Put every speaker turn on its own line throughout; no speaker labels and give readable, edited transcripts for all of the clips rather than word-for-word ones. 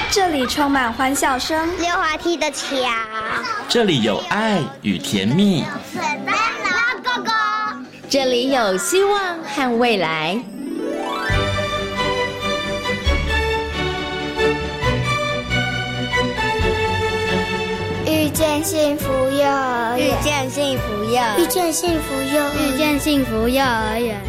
这里充满欢笑声，
溜滑梯的桥，
这里有爱与甜蜜，
水灯笼哥哥，
这里有希望和未来。
遇见幸福幼儿园，
遇见幸福幼儿园，
遇见幸福幼儿园，
遇见幸福幼儿园。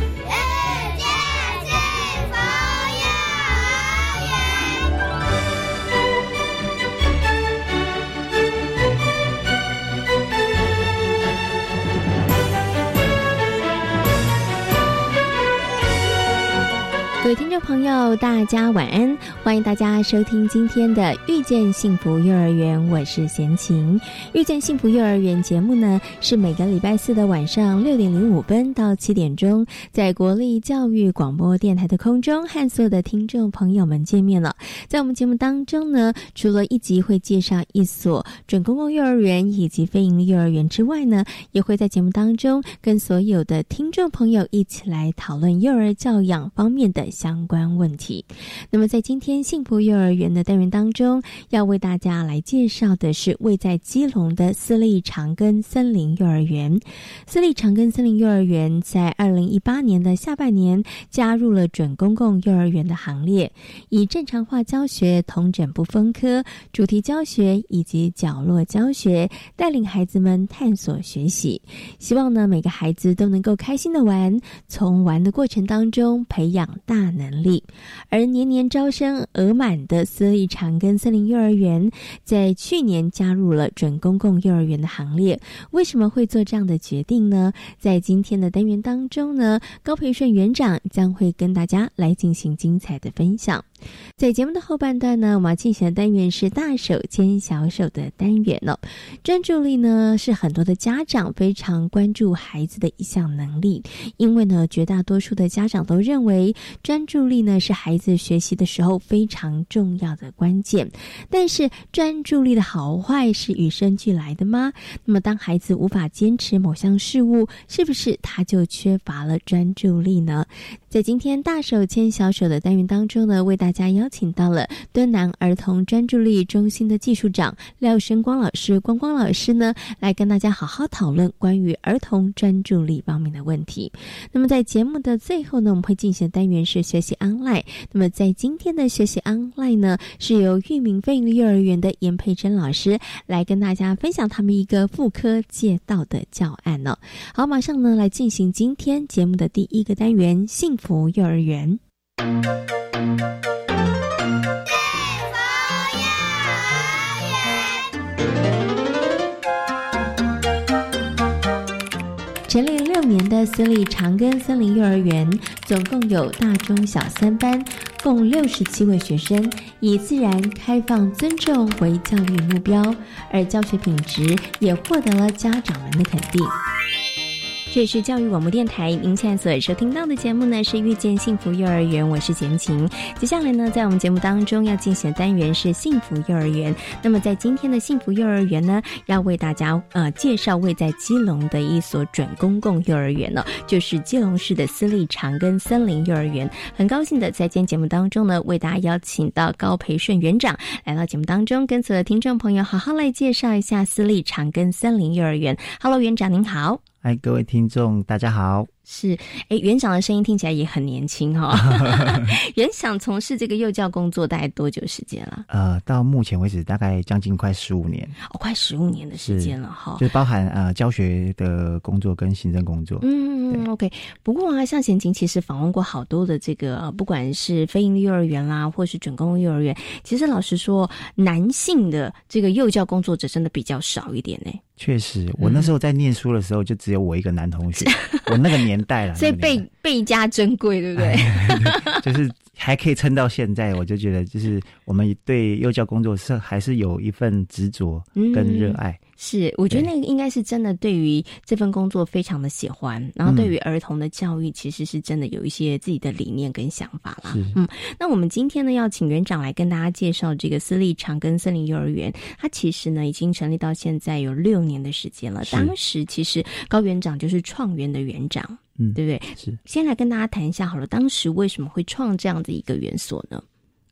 各位听众朋友大家晚安，欢迎大家收听今天的遇见幸福幼儿园，我是贤琴。遇见幸福幼儿园节目呢，是每个礼拜四的晚上6点05分到7点钟，在国立教育广播电台的空中和所有的听众朋友们见面了。在我们节目当中呢，除了一集会介绍一所准公共幼儿园以及非营利幼儿园之外呢，也会在节目当中跟所有的听众朋友一起来讨论幼儿教养方面的相关问题。那么在今天幸福幼儿园的单元当中，要为大家来介绍的是位在基隆的私立长庚森林幼儿园。私立长庚森林幼儿园在2018年的下半年加入了准公共幼儿园的行列，以正常化教学、统整不分科、主题教学以及角落教学带领孩子们探索学习，希望呢每个孩子都能够开心的玩，从玩的过程当中培养大能力。而年年招生额满的私立长庚森林幼儿园在去年加入了准公共幼儿园的行列。为什么会做这样的决定呢？在今天的单元当中呢，高培顺园长将会跟大家来进行精彩的分享。在节目的后半段呢，我们要进行的单元是大手牵小手的单元哦。专注力呢是很多的家长非常关注孩子的一项能力，因为呢绝大多数的家长都认为专注力呢是孩子学习的时候非常重要的关键。但是专注力的好坏是与生俱来的吗？那么当孩子无法坚持某项事物，是不是他就缺乏了专注力呢？在今天大手牵小手的单元当中呢，为大家邀请到了敦南儿童专注力中心的技术长廖生光老师，光老师呢来跟大家好好讨论关于儿童专注力方面的问题。那么在节目的最后呢，我们会进行的单元是学习 online。 那么在今天的学习 online 呢，是由裕民非营利幼儿园的严佩珍老师来跟大家分享他们一个妇科戒道的教案哦。好，马上呢来进行今天节目的第一个单元，幸福幼儿园。成立6年的私立长庚森林幼儿园，总共有大中小3班，共67位学生，以自然、开放、尊重为教育目标，而教学品质也获得了家长们的肯定。这里是教育广播电台，您现在所收听到的节目呢是遇见幸福幼儿园，我是简晴。接下来呢，在我们节目当中要进行的单元是幸福幼儿园。那么在今天的幸福幼儿园呢，要为大家介绍位在基隆的一所准公共幼儿园呢，就是基隆市的私立长庚森林幼儿园。很高兴的在今天节目当中呢，为大家邀请到高培顺园长来到节目当中，跟所有的听众朋友好好来介绍一下私立长庚森林幼儿园。Hello， 园长您好。
嗨，各位听众大家好。
是，园长的声音听起来也很年轻哈、园长从事这个幼教工作大概多久时间了？
到目前为止大概将近快15年。
快15年的时间了哈。
就包含教学的工作跟行政工作。
OK。不过啊，像贤琴其实访问过好多的这个不管是非营利幼儿园啦，或是准公共幼儿园，其实老实说，男性的这个幼教工作者真的比较少一点呢。
确实，我那时候在念书的时候，就只有我一个男同学。我那个年代了，
所以倍加珍贵，对不对？
就是还可以撑到现在，我就觉得就是我们对幼教工作还是有一份执着跟热爱。
是，我觉得那个应该是真的对于这份工作非常的喜欢，然后对于儿童的教育其实是真的有一些自己的理念跟想法啦。那我们今天呢要请园长来跟大家介绍这个私立长庚森林幼儿园，它其实呢已经成立到现在有6年的时间了。当时其实高园长就是创园的园长，对不对？
是。
先来跟大家谈一下好了，当时为什么会创这样的一个园所呢？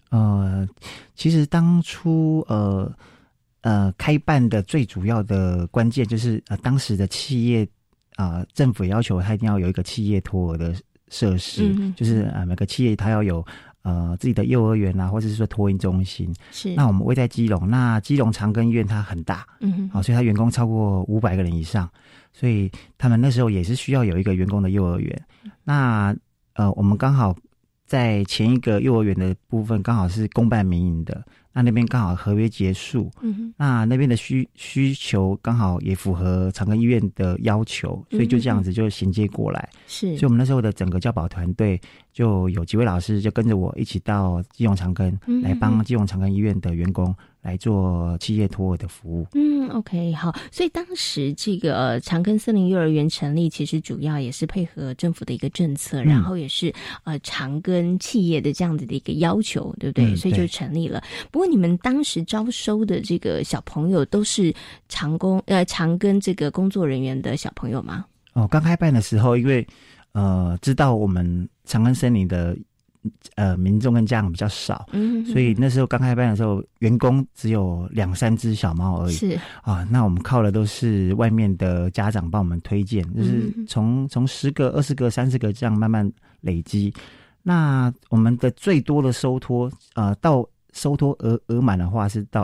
其实当初开办的最主要的关键就是当时的企业政府要求它一定要有一个企业托儿的设施，就是每个企业它要有自己的幼儿园啊，或者是说托婴中心。是。那我们位在基隆，那基隆长庚医院它很大，所以它员工超过500个人以上，所以他们那时候也是需要有一个员工的幼儿园。那我们刚好在前一个幼儿园的部分刚好是公办民营的，那边刚好合约结束，那边的需求刚好也符合长庚医院的要求，所以就这样子就衔接过来。是，所以我们那时候的整个教保团队就有几位老师就跟着我一起到基隆长庚来帮基隆长庚医院的员工来做企业托儿的服务。
OK， 好，所以当时这个长庚森林幼儿园成立，其实主要也是配合政府的一个政策，然后也是长庚企业的这样子的一个要求，对不对？所以就成立了。不过你们当时招收的这个小朋友都是长庚这个工作人员的小朋友吗？
刚开办的时候，因为知道我们长庚森林的民众跟家长比较少，所以那时候刚开办的时候，员工只有2-3只小猫而已。是那我们靠的都是外面的家长帮我们推荐，就是从10个、20个、30个这样慢慢累积。那我们的最多的收托到收托额满的话是到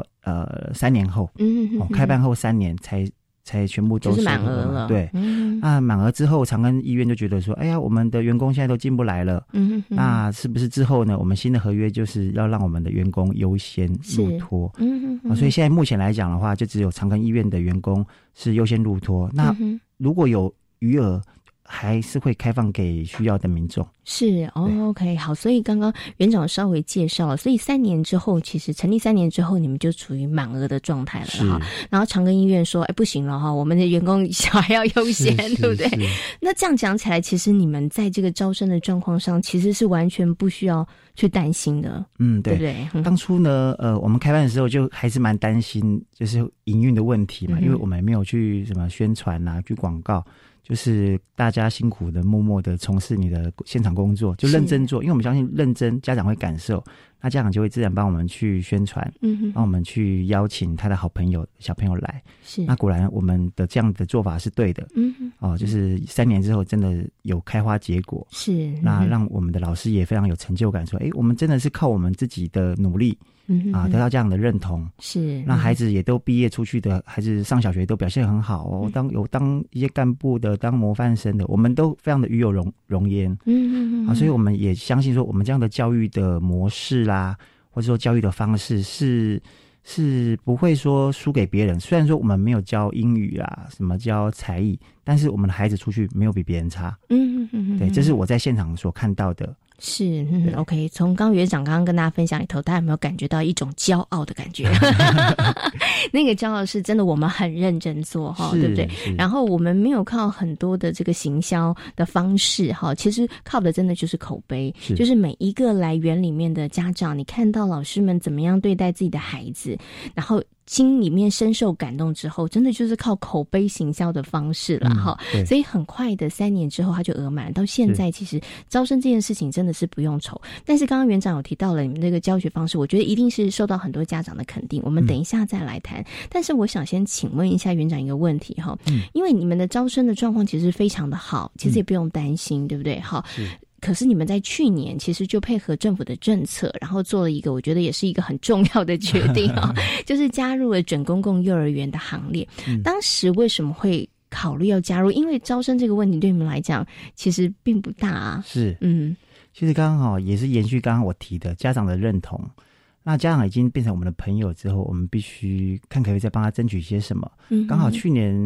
3年后，开办后3年才全部都
就是满额了。
对，满额之后，长庚医院就觉得说，哎呀，我们的员工现在都进不来了，那是不是之后呢？我们新的合约就是要让我们的员工优先入托，所以现在目前来讲的话，就只有长庚医院的员工是优先入托。那如果有余额，还是会开放给需要的民众。
是OK， 好，所以刚刚园长稍微介绍了，所以3年之后，其实成立3年之后，你们就处于满额的状态了哈。然后长庚医院说，不行了哈，我们的员工小孩要优先，对不对？那这样讲起来，其实你们在这个招生的状况上，其实是完全不需要去担心的，对不对？
当初呢，我们开办的时候就还是蛮担心，就是营运的问题嘛，因为我们没有去什么宣传啊，去广告。就是大家辛苦的默默的从事你的现场工作，就认真做，因为我们相信认真家长会感受，那家长就会自然帮我们去宣传，帮我们去邀请他的好朋友小朋友来。是，那果然我们的这样的做法是对的，就是3年之后真的有开花结果，是，那让我们的老师也非常有成就感，说我们真的是靠我们自己的努力得到这样的认同，是，那孩子也都毕业出去的孩子上小学都表现很好当一些干部的，当模范生的，我们都非常的与有荣焉，所以我们也相信说，我们这样的教育的模式啦，或者说教育的方式是不会说输给别人。虽然说我们没有教英语啊，什么教才艺，但是我们的孩子出去没有比别人差。对，这是我在现场所看到的。
是OK， 从刚园长刚刚跟大家分享里头，大家有没有感觉到一种骄傲的感觉？那个骄傲是真的，我们很认真做对不对？然后我们没有靠很多的这个行销的方式其实靠的真的就是口碑，就是每一个来园里面的家长，你看到老师们怎么样对待自己的孩子，然后心里面深受感动之后，真的就是靠口碑行销的方式了所以很快的3年之后他就额满，到现在其实招生这件事情真的是不用愁。但是刚刚园长有提到了你们这个教学方式，我觉得一定是受到很多家长的肯定，我们等一下再来谈。但是我想先请问一下园长一个问题因为你们的招生的状况其实非常的好，其实也不用担心对不对？可是你们在去年其实就配合政府的政策，然后做了一个我觉得也是一个很重要的决定就是加入了准公共幼儿园的行列。当时为什么会考虑要加入？因为招生这个问题对你们来讲其实并不大是
其实刚好也是延续刚刚我提的家长的认同。那家长已经变成我们的朋友之后，我们必须看可不可以再帮他争取些什么。刚好去年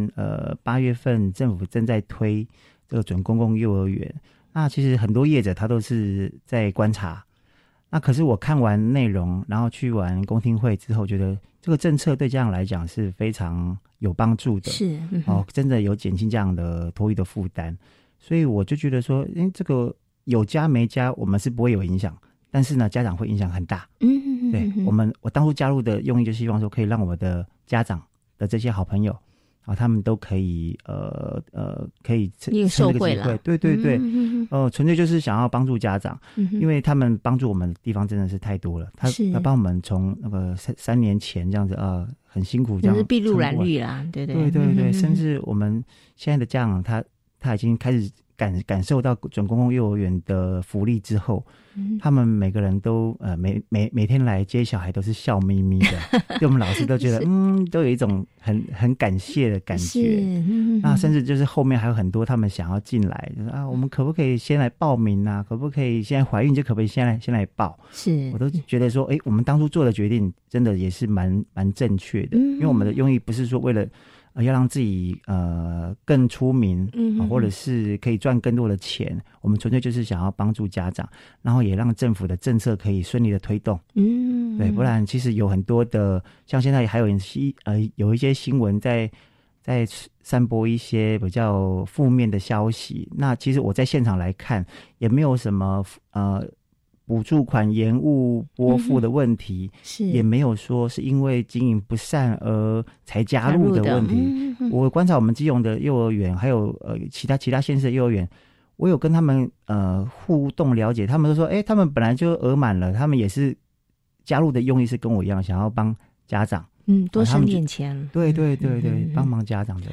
8月份政府正在推这个准公共幼儿园，那其实很多业者他都是在观察，那可是我看完内容，然后去完公听会之后，觉得这个政策对家长来讲是非常有帮助的，是真的有减轻家长的托育的负担，所以我就觉得说，这个有加没加，我们是不会有影响，但是呢，家长会影响很大。对，我当初加入的用意就希望说，可以让我们的家长的这些好朋友他们都可以可以
也受惠了。
对对对，纯粹就是想要帮助家长，因为他们帮助我们的地方真的是太多了。他帮我们从那个3年前这样子很辛苦这样，
就是筚路蓝缕啦，对对
对对对，甚至我们现在的家长他已经开始感受到准公共幼儿园的福利之后，他们每个人都每天来接小孩都是笑眯眯的，对我们老师都觉得都有一种很感谢的感觉。那甚至就是后面还有很多他们想要进来，就是我们可不可以先来报名啊？可不可以现在怀孕就可不可以先来报？是，我都觉得说，我们当初做的决定真的也是蛮正确的，因为我们的用意不是说为了要让自己更出名，或者是可以赚更多的钱，我们纯粹就是想要帮助家长，然后也让政府的政策可以顺利的推动。对，不然其实有很多的，像现在还有一些新闻在散播一些比较负面的消息。那其实我在现场来看，也没有什么补助款延误拨付的问题，也没有说是因为经营不善而才加入的问题。我观察我们基隆的幼儿园，还有其他县市的幼儿园，我有跟他们互动了解，他们都说，他们本来就额满了，他们也是加入的用意是跟我一样，想要帮家长，
多省点钱。
对对对对，帮忙家长的。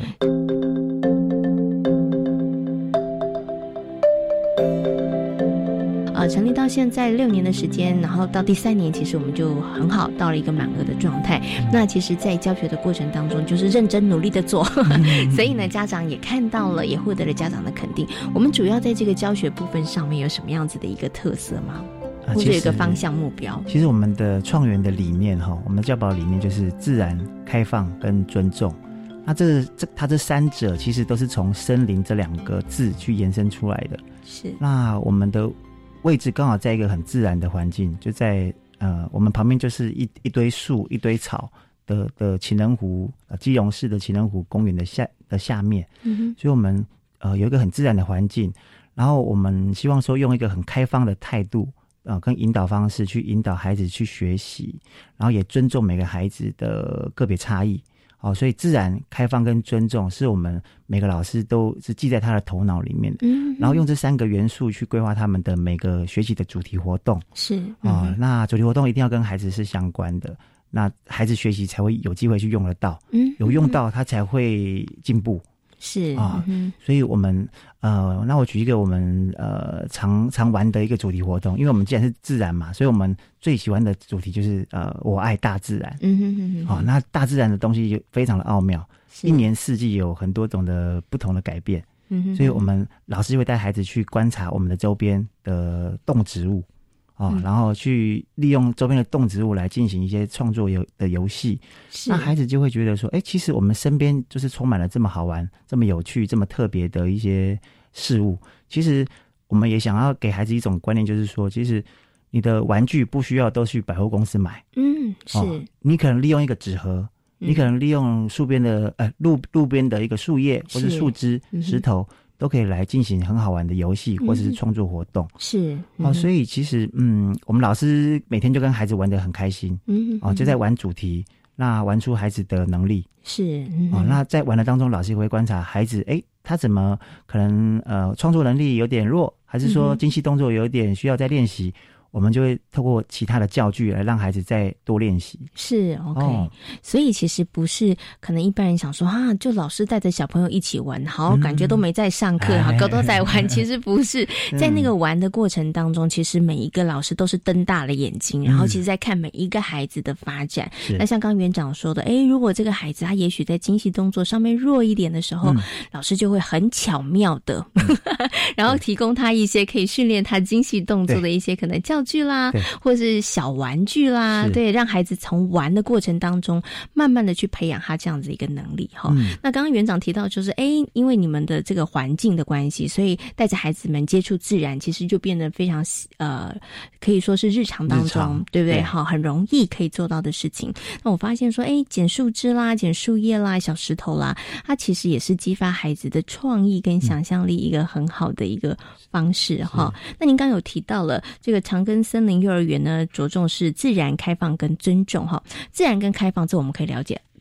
成立到现在6年的时间，然后到第3年，其实我们就很好，到了一个满额的状态。那其实在教学的过程当中，就是认真努力的做，所以呢，家长也看到了，也获得了家长的肯定。我们主要在这个教学部分上面有什么样子的一个特色吗？或者有一个方向目标？
其实我们的创园的理念我们的教保理念就是自然、开放跟尊重。那它这3者其实都是从森林这2个字去延伸出来的。是。那我们的位置刚好在一个很自然的环境，就在我们旁边就是一堆树一堆草的情人湖，基隆市的情人湖公园的下面，所以我们有一个很自然的环境，然后我们希望说用一个很开放的态度跟引导方式去引导孩子去学习，然后也尊重每个孩子的个别差异。所以自然、开放跟尊重是我们每个老师都是记在他的头脑里面的。然后用这3个元素去规划他们的每个学习的主题活动。是那主题活动一定要跟孩子是相关的，那孩子学习才会有机会去用得到，有用到他才会进步。是所以我们那我举一个我们常玩的一个主题活动，因为我们既然是自然嘛，所以我们最喜欢的主题就是我爱大自然。那大自然的东西就非常的奥妙，一年四季有很多种的不同的改变。所以我们老师就会带孩子去观察我们的周边的动植物然后去利用周边的动植物来进行一些创作的游戏，那孩子就会觉得说，其实我们身边就是充满了这么好玩、这么有趣、这么特别的一些事物。其实我们也想要给孩子一种观念，就是说，其实你的玩具不需要都去百货公司买，是你可能利用一个纸盒，你可能利用路边的一个树叶或是树枝、石头。都可以来进行很好玩的游戏或者是创作活动。是所以其实我们老师每天就跟孩子玩得很开心。就在玩主题，那玩出孩子的能力。是那在玩的当中，老师也会观察孩子，他怎么可能创作能力有点弱，还是说精细动作有点需要再练习，我们就会透过其他的教具来让孩子再多练习。是 OK，所以其实不是可能一般人想说就老师带着小朋友一起玩，好感觉都没在上课，好都在玩。其实不是，在那个玩的过程当中，其实每一个老师都是瞪大了眼睛，然后其实在看每一个孩子的发展。那像刚园长说的，如果这个孩子他也许在精细动作上面弱一点的时候，老师就会很巧妙的然后提供他一些可以训练他精细动作的一些可能教具啦，或是小玩具啦，对，让孩子从玩的过程当中慢慢的去培养他这样子一个能力那刚刚园长提到就是因为你们的这个环境的关系，所以带着孩子们接触自然，其实就变得非常可以说是日常当中对不对很容易可以做到的事情。那我发现说捡树枝啦、捡树叶啦、小石头啦，它其实也是激发孩子的创意跟想象力一个很好的一个方式那您刚有提到了这个长庚森林幼儿园呢，着重是自然、开放跟尊重自然跟开放这我们可以了解，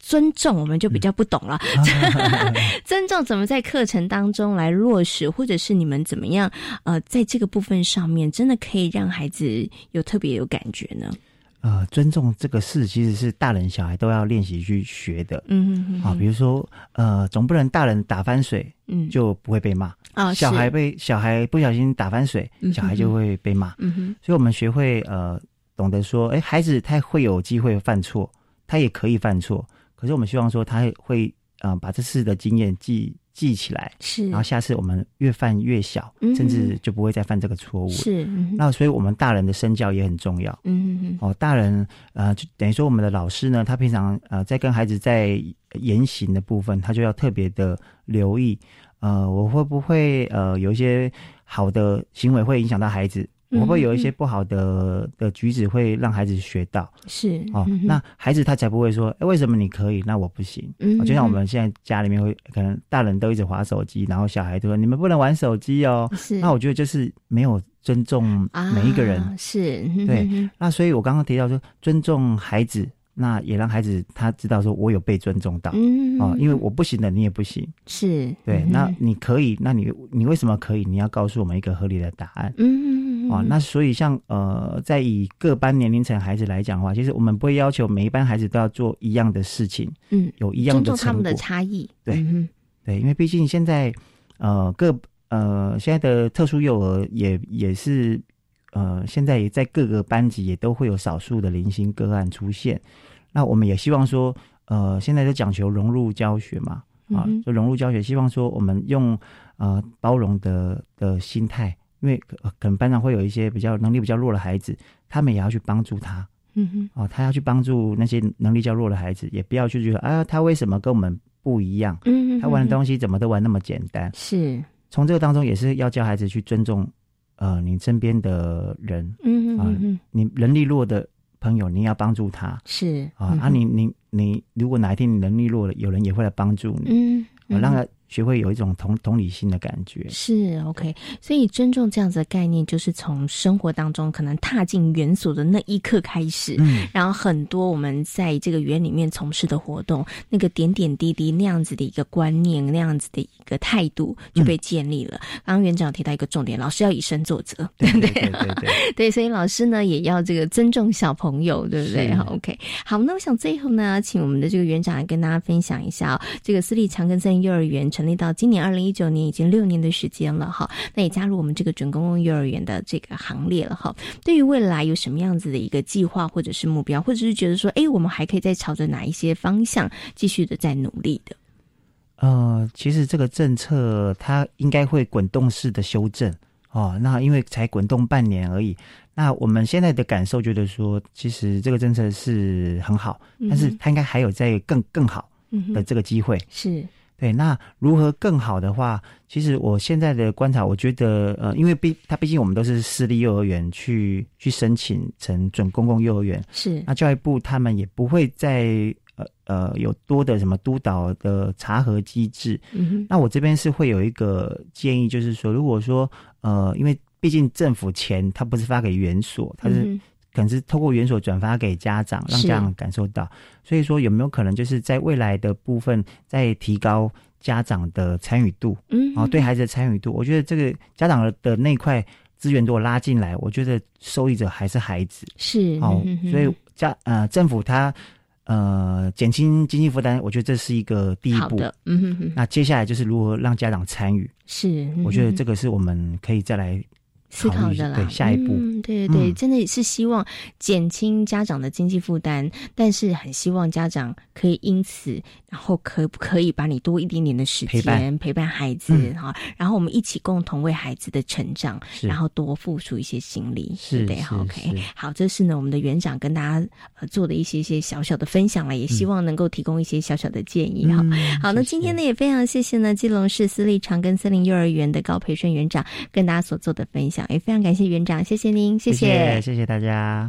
尊重我们就比较不懂了。尊重怎么在课程当中来落实，或者是你们怎么样在这个部分上面真的可以让孩子有特别有感觉呢？
尊重这个事其实是大人小孩都要练习去学的。比如说总不能大人打翻水就不会被骂小孩不小心打翻水小孩就会被骂。所以我们学会懂得说孩子他会有机会犯错，他也可以犯错，可是我们希望说他会把这次的经验记起来，是，然后下次我们越犯越小，甚至就不会再犯这个错误。是，那所以我们大人的身教也很重要。大人就等于说我们的老师呢，他平常在跟孩子在言行的部分，他就要特别的留意，我会不会有一些好的行为会影响到孩子。会不会有一些不好的举止会让孩子学到？是那孩子他才不会说为什么你可以那我不行。就像我们现在家里面会可能大人都一直滑手机，然后小孩都说你们不能玩手机哦。那我觉得就是没有尊重每一个人。是对。那所以我刚刚提到说尊重孩子，那也让孩子他知道说我有被尊重到。因为我不行的你也不行。是对。那你可以，那你为什么可以？你要告诉我们一个合理的答案。那所以像在以各班年龄层孩子来讲的话，其实我们不会要求每一班孩子都要做一样的事情，有一样的成果，尊重他们的差异。对，对，因为毕竟现在现在的特殊幼儿也是现在也在各个班级也都会有少数的零星个案出现。那我们也希望说现在都讲求融入教学嘛，就融入教学，希望说我们用包容的心态。因为可能班上会有一些能力比较弱的孩子，他们也要去帮助他。他要去帮助那些能力较弱的孩子，也不要去觉得他为什么跟我们不一样？他玩的东西怎么都玩那么简单？是从这个当中也是要教孩子去尊重你身边的人。你能力弱的朋友，你要帮助他。是你如果哪一天你能力弱了，有人也会来帮助你。让他学会有一种同理心的感觉。是 OK， 所以尊重这样子的概念，就是从生活当中可能踏进园所的那一刻开始。然后很多我们在这个园里面从事的活动，那个点点滴滴那样子的一个观念，那样子的一个态度就被建立了。刚刚园长提到一个重点，老师要以身作则，对不对？对，对，所以老师呢也要这个尊重小朋友，对不对？好 OK， 好，那我想最后呢，请我们的这个园长来跟大家分享一下这个私立长庚森林幼儿园成立到今年2019年已经6年的时间了哈，那也加入我们这个准公共幼儿园的这个行列了哈。对于未来有什么样子的一个计划或者是目标，或者是觉得说我们还可以再朝着哪一些方向继续的在努力的？其实这个政策它应该会滚动式的修正那因为才滚动半年而已，那我们现在的感受觉得说其实这个政策是很好，但是它应该还有在更好的这个机会。是对，那如何更好的话，其实我现在的观察，我觉得因为它毕竟我们都是私立幼儿园去申请成准公共幼儿园，是那教育部他们也不会再有多的什么督导的查核机制。那我这边是会有一个建议，就是说如果说因为毕竟政府钱它不是发给园所，它是可能是透过园所转发给家长，让家长感受到。所以说有没有可能就是在未来的部分再提高家长的参与度，对孩子的参与度，我觉得这个家长的那块资源如果拉进来，我觉得受益者还是孩子。是所以政府它减轻经济负担，我觉得这是一个第一步。好的，那接下来就是如何让家长参与。是我觉得这个是我们可以再来思考的啦，对下一步，对对对，真的是希望减轻家长的经济负担，但是很希望家长可以因此，然后可不可以把你多一点点的时间陪伴孩子然后我们一起共同为孩子的成长，然后多付出一些心力，是对 OK， 好，这是呢我们的园长跟大家做的一些小小的分享了，也希望能够提供一些小小的建议好，那今天呢也非常谢谢呢基隆市私立长庚森林幼儿园的高培顺园长跟大家所做的分享，也非常感谢园长，谢谢您，谢谢大家。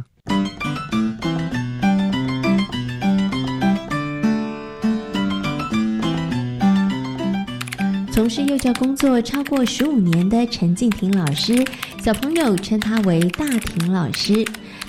从事幼教工作超过15年的陈静婷老师，小朋友称她为大婷老师。大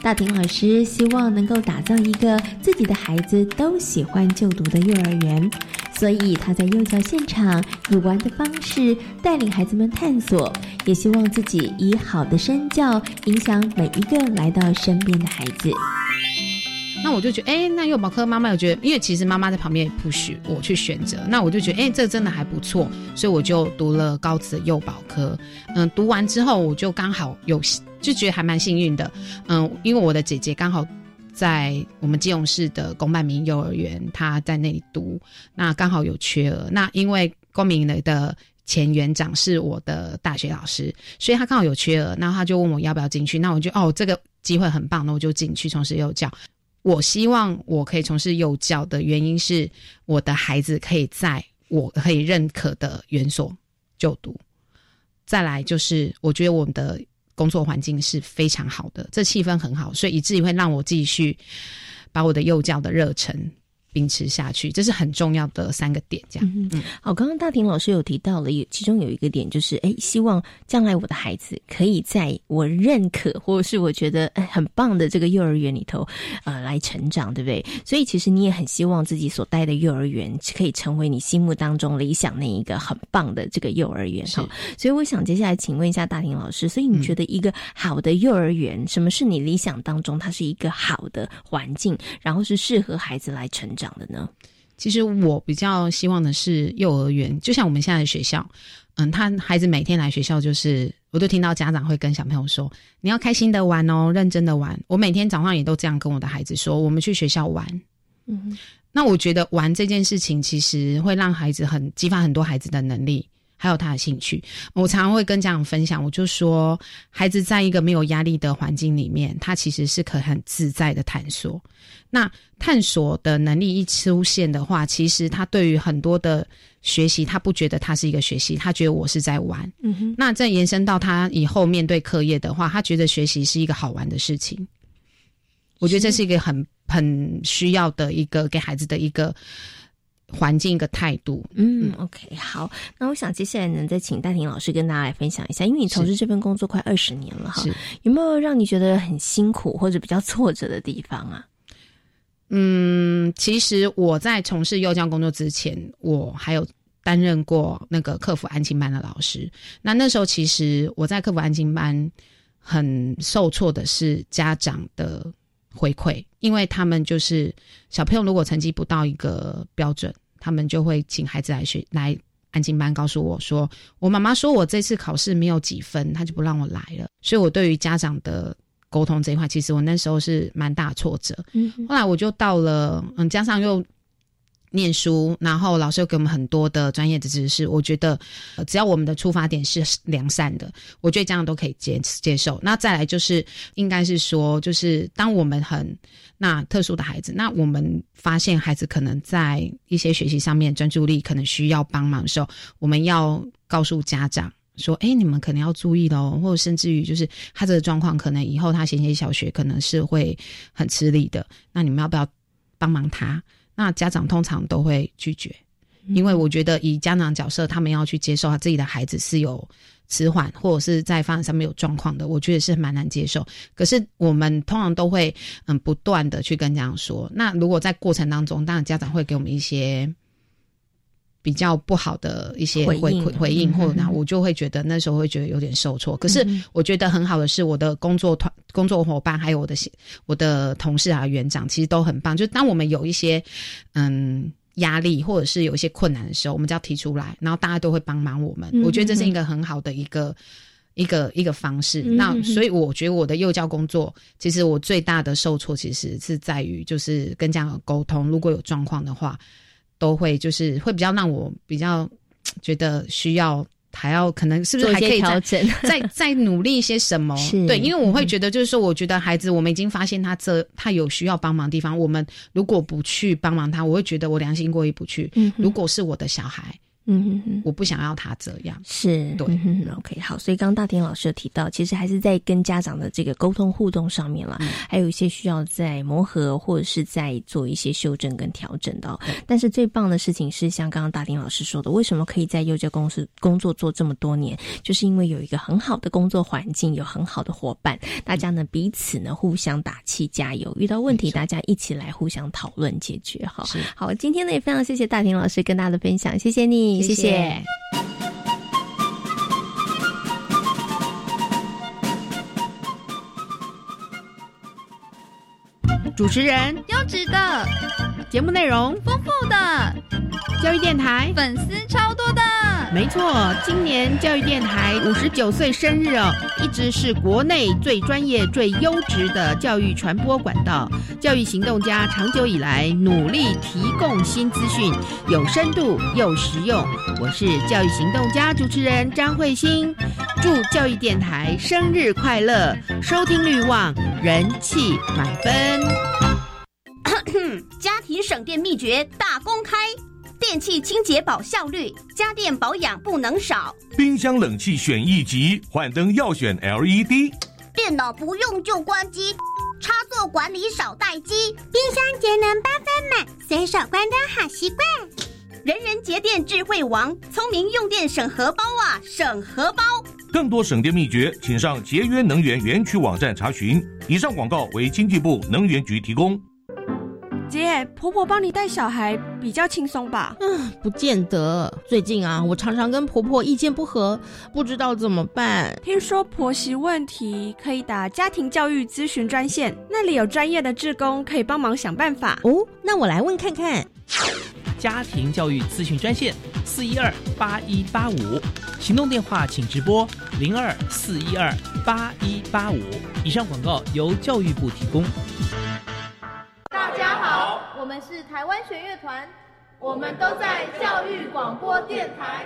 大婷老师希望能够打造一个自己的孩子都喜欢就读的幼儿园，所以他在幼教现场以玩的方式带领孩子们探索，也希望自己以好的身教影响每一个来到身边的孩子。
那我就觉得那幼保科妈妈有觉得，因为其实妈妈在旁边也 push 我去选择，那我就觉得这真的还不错，所以我就读了高职的幼保科。读完之后我就刚好就觉得还蛮幸运的。因为我的姐姐刚好在我们基隆市的公办民幼儿园，她在那里读，那刚好有缺额。那因为公民的前园长是我的大学老师，所以他刚好有缺额，然后他就问我要不要进去。那我就这个机会很棒，那我就进去从事幼教。我希望我可以从事幼教的原因是，我的孩子可以在我可以认可的园所就读。再来就是我觉得我们的工作环境是非常好的，这气氛很好，所以以至于会让我继续把我的幼教的热忱秉持下去，这是很重要的3个点。这样，
好，刚刚大婷老师有提到了，其中有一个点就是，希望将来我的孩子可以在我认可或者是我觉得很棒的这个幼儿园里头，来成长，对不对？所以其实你也很希望自己所带的幼儿园可以成为你心目当中理想那一个很棒的这个幼儿园。所以我想接下来请问一下大婷老师，所以你觉得一个好的幼儿园，什么是你理想当中它是一个好的环境，然后是适合孩子来成长的呢？
其实我比较希望的是幼儿园，就像我们现在的学校，他孩子每天来学校，就是我都听到家长会跟小朋友说，你要开心的玩哦，认真的玩。我每天早上也都这样跟我的孩子说，我们去学校玩。那我觉得玩这件事情其实会让孩子激发很多孩子的能力，还有他的兴趣。我常常会跟家长分享，我就说孩子在一个没有压力的环境里面，他其实是可以很自在的探索。那探索的能力一出现的话，其实他对于很多的学习，他不觉得他是一个学习，他觉得我是在玩。那再延伸到他以后面对课业的话，他觉得学习是一个好玩的事情。我觉得这是一个很需要的一个给孩子的一个环境，一个态度。
OK， 好，那我想接下来呢，再请大婷老师跟大家来分享一下，因为你从事这份工作快20年了哈，有没有让你觉得很辛苦或者比较挫折的地方啊？
其实我在从事幼教工作之前，我还有担任过那个客服安亲班的老师。那时候其实我在客服安亲班很受挫的是家长的回馈，因为他们就是小朋友如果成绩不到一个标准，他们就会请孩子来安亲班告诉我说，我妈妈说我这次考试没有几分，她就不让我来了。所以我对于家长的沟通这一块，其实我那时候是蛮大挫折。后来我就到了加上又念书，然后老师又给我们很多的专业的知识，我觉得只要我们的出发点是良善的，我觉得家长都可以接受。那再来就是应该是说，就是当我们那特殊的孩子，那我们发现孩子可能在一些学习上面专注力可能需要帮忙的时候，我们要告诉家长说，你们可能要注意咯，或者甚至于就是他这个状况可能以后他衔接小学可能是会很吃力的，那你们要不要帮忙他？那家长通常都会拒绝，因为我觉得以家长角色，他们要去接受他自己的孩子是有迟缓或者是在发展上面有状况的，我觉得是蛮难接受。可是我们通常都会不断的去跟家长说，那如果在过程当中，当然家长会给我们一些比较不好的一些回应，或者那我就会觉得那时候会觉得有点受挫。可是我觉得很好的是，我的工作伙伴还有我的同事啊、园长其实都很棒。就当我们有一些压力或者是有一些困难的时候，我们只要提出来，然后大家都会帮忙我们。我觉得这是一个很好的一个方式。那所以我觉得我的幼教工作，其实我最大的受挫其实是在于就是跟家长沟通，如果有状况的话，都会就是会比较让我比较觉得需要还要可能是不是还可以再努力一些什么？对，因为我会觉得就是说，我觉得孩子我们已经发现他有需要帮忙的地方，我们如果不去帮忙他，我会觉得我良心过意不去。如果是我的小孩， 我不想要他这样。
是，
对
，OK， 好，所以刚刚大田老师有提到，其实还是在跟家长的这个沟通互动上面啦，还有一些需要在磨合或者是在做一些修正跟调整的。但是最棒的事情是，像刚刚大田老师说的，为什么可以在幼教公司工作做这么多年，就是因为有一个很好的工作环境，有很好的伙伴，大家呢彼此呢互相打气加油，遇到问题大家一起来互相讨论解决哈。好，今天呢也非常谢谢大田老师跟大家的分享，谢谢你，谢谢。
主持人
优质的，
节目内容
丰富的，
教育电台
粉丝超多的。
没错，今年教育电台59岁生日哦，一直是国内最专业、最优质的教育传播管道。教育行动家长久以来努力提供新资讯，有深度又实用。我是教育行动家主持人张慧欣，祝教育电台生日快乐，收听率旺，人气满分。
家庭省电秘诀大公开。电器清洁保效率，家电保养不能少。
冰箱冷气选一级，换灯要选 LED。
电脑不用就关机，插座管理少待机。冰箱节能8分满，随手关灯好习惯。
人人节电智慧王，聪明用电省荷包啊，省荷包。
更多省电秘诀，请上节约能源园区网站查询。以上广告为经济部能源局提供。
姐，婆婆帮你带小孩比较轻松吧？
不见得。最近啊，我常常跟婆婆意见不合，不知道怎么办。
听说婆媳问题可以打家庭教育咨询专线，那里有专业的志工可以帮忙想办法。
哦，那我来问看看。
家庭教育咨询专线4128185，行动电话请直拨02-412-8185。以上广告由教育部提供。
大家好，我们是台湾弦乐团，我们都在教育广播电台。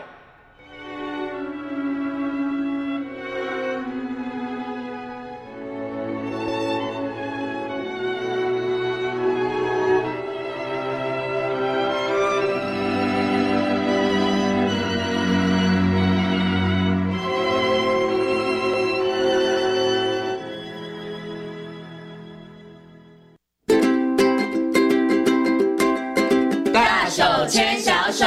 手牵小手，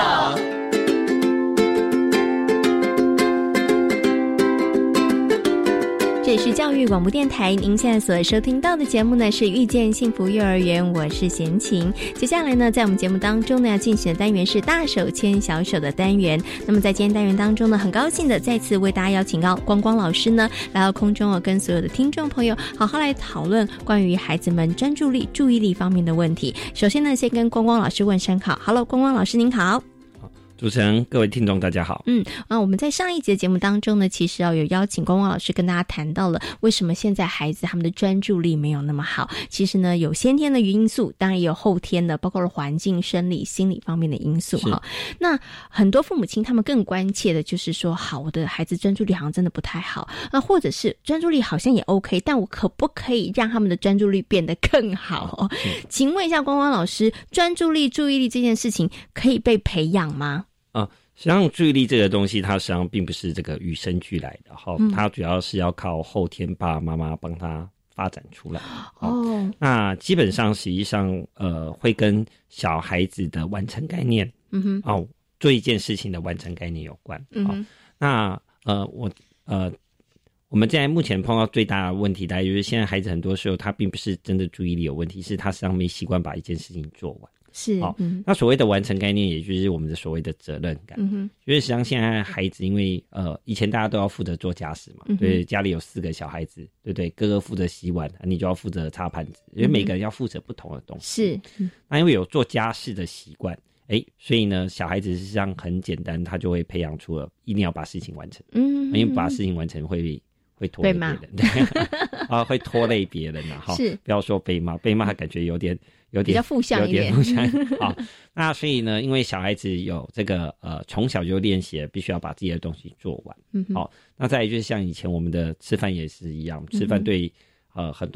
这里是教育广播电台，您现在所收听到的节目呢是遇见幸福幼儿园，我是贤琴。接下来呢，在我们节目当中呢要进行的单元是大手牵小手的单元。那么在今天单元当中呢，很高兴的再次为大家邀请到光光老师呢来到空中跟所有的听众朋友好好来讨论关于孩子们专注力、注意力方面的问题。首先呢，先跟光光老师问声好 ，Hello， 光光老师您好。
主持人，各位听众大家好。
我们在上一集的节目当中呢，其实有邀请光光老师跟大家谈到了为什么现在孩子他们的专注力没有那么好。其实呢，有先天的因素，当然也有后天的，包括了环境、生理、心理方面的因素哈。那很多父母亲他们更关切的就是说，好，我的孩子专注力好像真的不太好，或者是专注力好像也 OK， 但我可不可以让他们的专注力变得更好？请问一下光光老师，专注力、注意力这件事情可以被培养吗？
实际上注意力这个东西它实际上并不是这个与生俱来的，它主要是要靠后天爸爸妈妈帮他发展出来。那基本上实际上会跟小孩子的完成概念做一件事情的完成概念有关。那我们现在目前碰到最大的问题大概就是现在孩子很多时候他并不是真的注意力有问题，是他实际上没习惯把一件事情做完。
是，
那所谓的完成概念，也就是我们的所谓的责任感。因为实际上现在孩子，因为以前大家都要负责做家事嘛，对，家里有4个小孩子，对不对？哥哥负责洗碗，你就要负责擦盘子，因为每个人要负责不同的东西。是，那因为有做家事的习惯，所以呢，小孩子实际上很简单，他就会培养出了一定要把事情完成。因为把事情完成会拖累别人，会拖累别人啊！是，不要说被骂，被骂感觉有点
比较负向一点。
好，那所以呢，因为小孩子有这个从小就练习，必须要把自己的东西做完。好，那再来就是像以前我们的吃饭也是一样，吃饭对很多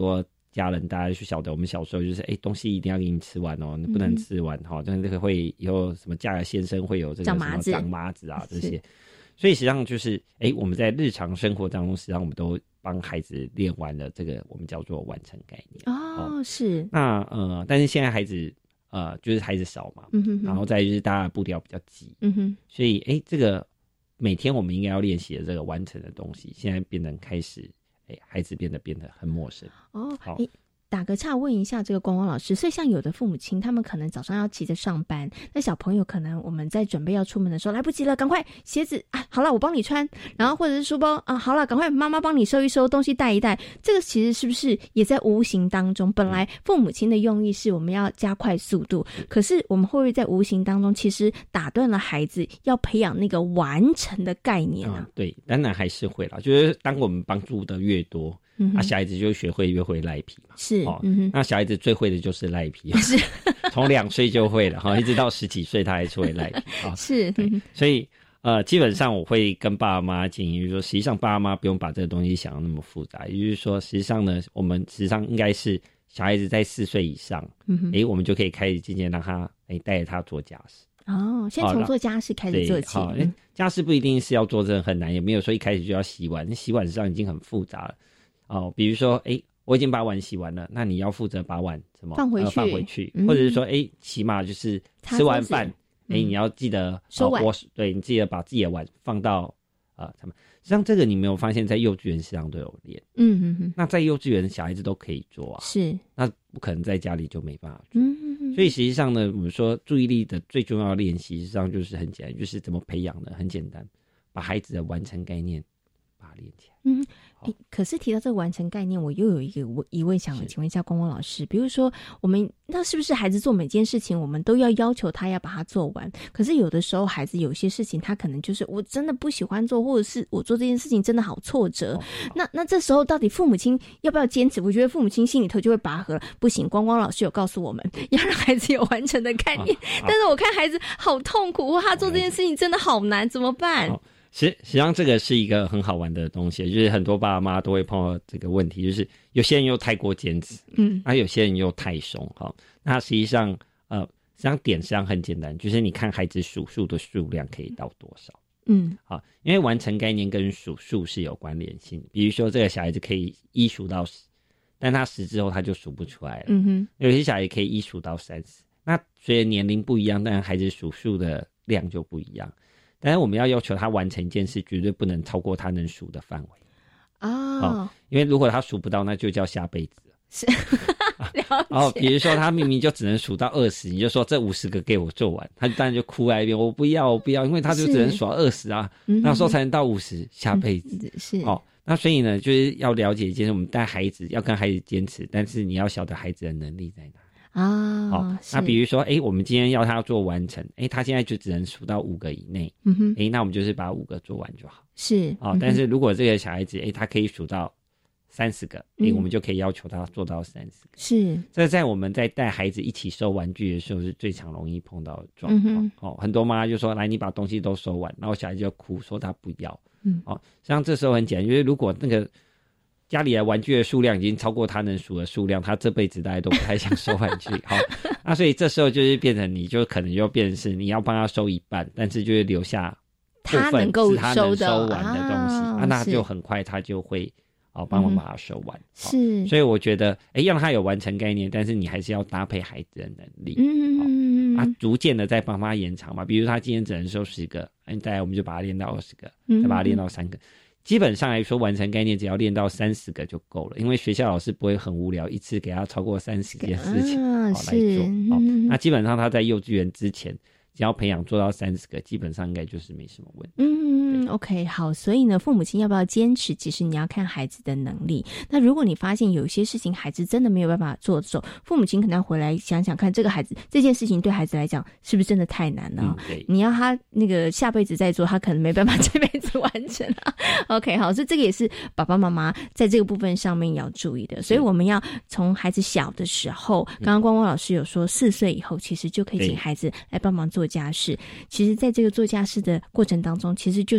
家人大家就晓得，我们小时候就是东西一定要给你吃完哦，你不能吃完哈，但是这个会以后什么嫁了先生会有这个什么长麻子啊这些，所以实际上就是我们在日常生活当中，实际上我们都帮孩子练完了这个我们叫做完成概念
是
那但是现在孩子就是孩子少嘛，然后再就是大家的步调比较急，所以这个每天我们应该要练习的这个完成的东西，现在变得开始孩子变得很陌生好
打个岔问一下这个光光老师，所以像有的父母亲他们可能早上要急着上班，那小朋友可能我们在准备要出门的时候来不及了，赶快鞋子好了我帮你穿，然后或者是书包好了赶快妈妈帮你收一收，东西带一带，这个其实是不是也在无形当中，本来父母亲的用意是我们要加快速度，可是我们会不会在无形当中其实打断了孩子要培养那个完成的概念啊？
对，当然还是会啦，就是当我们帮助的越多小孩子就学会越会赖皮嘛，
是
那小孩子最会的就是赖皮，是从2岁就会了一直到10几岁他还是会赖皮
是
所以基本上我会跟爸爸妈妈建议，就是说实际上爸爸妈妈不用把这个东西想得那么复杂，也就是说实际上呢，我们实际上应该是小孩子在4岁以上我们就可以开始渐渐让他带着他做家事
先从做家事开始做起
家事不一定是要做，真的很难，也没有说一开始就要洗碗，洗碗上已经很复杂了比如说我已经把碗洗完了，那你要负责把碗什么
放回去
或者是说起码就是吃完饭你要记得
收碗
对，你记得把自己的碗放到他们实际上这个你没有发现在幼稚园实际上都有练那在幼稚园小孩子都可以做
是
那不可能在家里就没办法做所以实际上呢，我们说注意力的最重要的练习实际上就是很简单，就是怎么培养呢？很简单，把孩子的完成概念把它练起来
可是提到这个完成概念，我又有一个疑问想请问一下光光老师，比如说我们那是不是孩子做每件事情我们都要求他要把它做完，可是有的时候孩子有些事情他可能就是我真的不喜欢做，或者是我做这件事情真的好挫折那这时候到底父母亲要不要坚持？我觉得父母亲心里头就会拔河了，不行，光光老师有告诉我们要让孩子有完成的概念但是我看孩子好痛苦，或他做这件事情真的好难，怎么办？
实际上这个是一个很好玩的东西，就是很多爸爸妈妈都会碰到这个问题，就是有些人又太过坚持有些人又太松那实际上点实际上很简单，就是你看孩子数数的数量可以到多少因为完成概念跟数数是有关联性，比如说这个小孩子可以1数到10，但他10之后他就数不出来了有些小孩可以1数到30，那随着年龄不一样，当然孩子数数的量就不一样，但是我们要求他完成一件事，绝对不能超过他能数的范围因为如果他数不到，那就叫下辈子
是了解
比如说他明明就只能数到20，你就说这50个给我做完，他当然就哭在一边，我不要，因为他就只能数到20那时候才能到50，下辈子
是
那所以呢，就是要了解一件事，我们带孩子要跟孩子坚持，但是你要晓得孩子的能力在哪那比如说我们今天要他做完成他现在就只能数到5个以内那我们就是把5个做完就好
是
但是如果这个小孩子他可以数到30个我们就可以要求他做到30个
是
这在我们在带孩子一起收玩具的时候是最常容易碰到的状况很多妈妈就说来你把东西都收完，然后小孩子就哭说他不要实际上这时候很简单，因为如果那个家里的玩具的数量已经超过他能数的数量，他这辈子大家都不太想收玩具那所以这时候就是变成你就可能就变成是你要帮他收一半，但是就是留下部分
他能够收
完的东西那就很快他就会帮忙把它收完
是
所以我觉得要让他有完成概念，但是你还是要搭配孩子的能力逐渐的再帮他延长嘛，比如他今天只能收10个再来我们就把它练到20个再把它练到3个基本上来说完成概念只要练到30个就够了，因为学校老师不会很无聊一次给他超过30件事情来做那基本上他在幼稚园之前只要培养做到30个基本上应该就是没什么问题
OK 好，所以呢父母亲要不要坚持其实你要看孩子的能力，那如果你发现有些事情孩子真的没有办法做的时候，父母亲可能要回来想想看这个孩子这件事情对孩子来讲是不是真的太难了你要他那个下辈子再做他可能没办法这辈子完成OK 好，所以这个也是爸爸妈妈在这个部分上面要注意的，所以我们要从孩子小的时候刚刚光光老师有说4岁以后其实就可以请孩子来帮忙做家事，其实在这个做家事的过程当中其实就是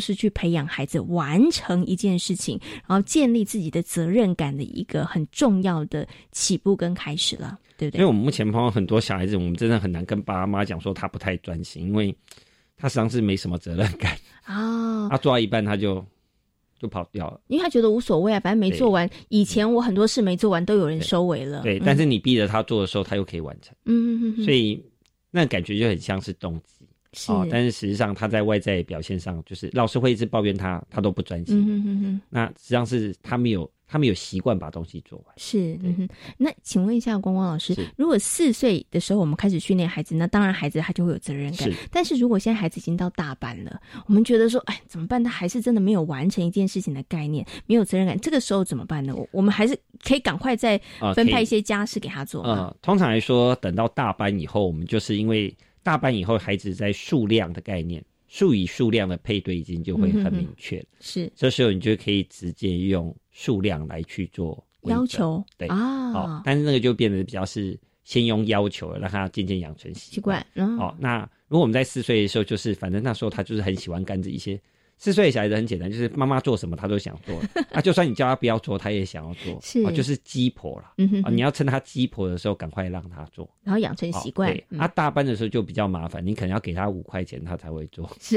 是去培养孩子完成一件事情，然后建立自己的责任感的一个很重要的起步跟开始了，对不对？
因为我们目前碰到很多小孩子，我们真的很难跟爸妈讲说他不太专心，因为他实际上是没什么责任感啊，他做到一半他就跑掉了，
因为他觉得无所谓啊，反正没做完。以前我很多事没做完，都有人收尾了。
对，但是你逼着他做的时候，他又可以完成。所以那感觉就很像是动机。但是实际上他在外在表现上，就是老师会一直抱怨他都不专心。那实际上是他没有习惯把东西做完。
是，那请问一下光光老师，如果4岁的时候我们开始训练孩子，那当然孩子他就会有责任感。但是如果现在孩子已经到大班了，我们觉得说，哎，怎么办？他还是真的没有完成一件事情的概念，没有责任感，这个时候怎么办呢？我们还是可以赶快再分派一些家事给他做吗？
通常来说，等到大班以后，我们就是因为大班以后，孩子在数量的概念。数与数量的配对已经就会很明确了，
是
这时候你就可以直接用数量来去做
要求，
对啊，但是那个就变得比较是先用要求让他渐渐养成习惯。那如果我们在4岁的时候，就是反正那时候他就是很喜欢干着一些4岁的小孩子很简单，就是妈妈做什么他都想做就算你叫他不要做，他也想要做，就是鸡婆了。你要趁他鸡婆的时候赶快让他做，
然后养成习惯。
对，大班的时候就比较麻烦，你可能要给他5块钱他才会做。
是。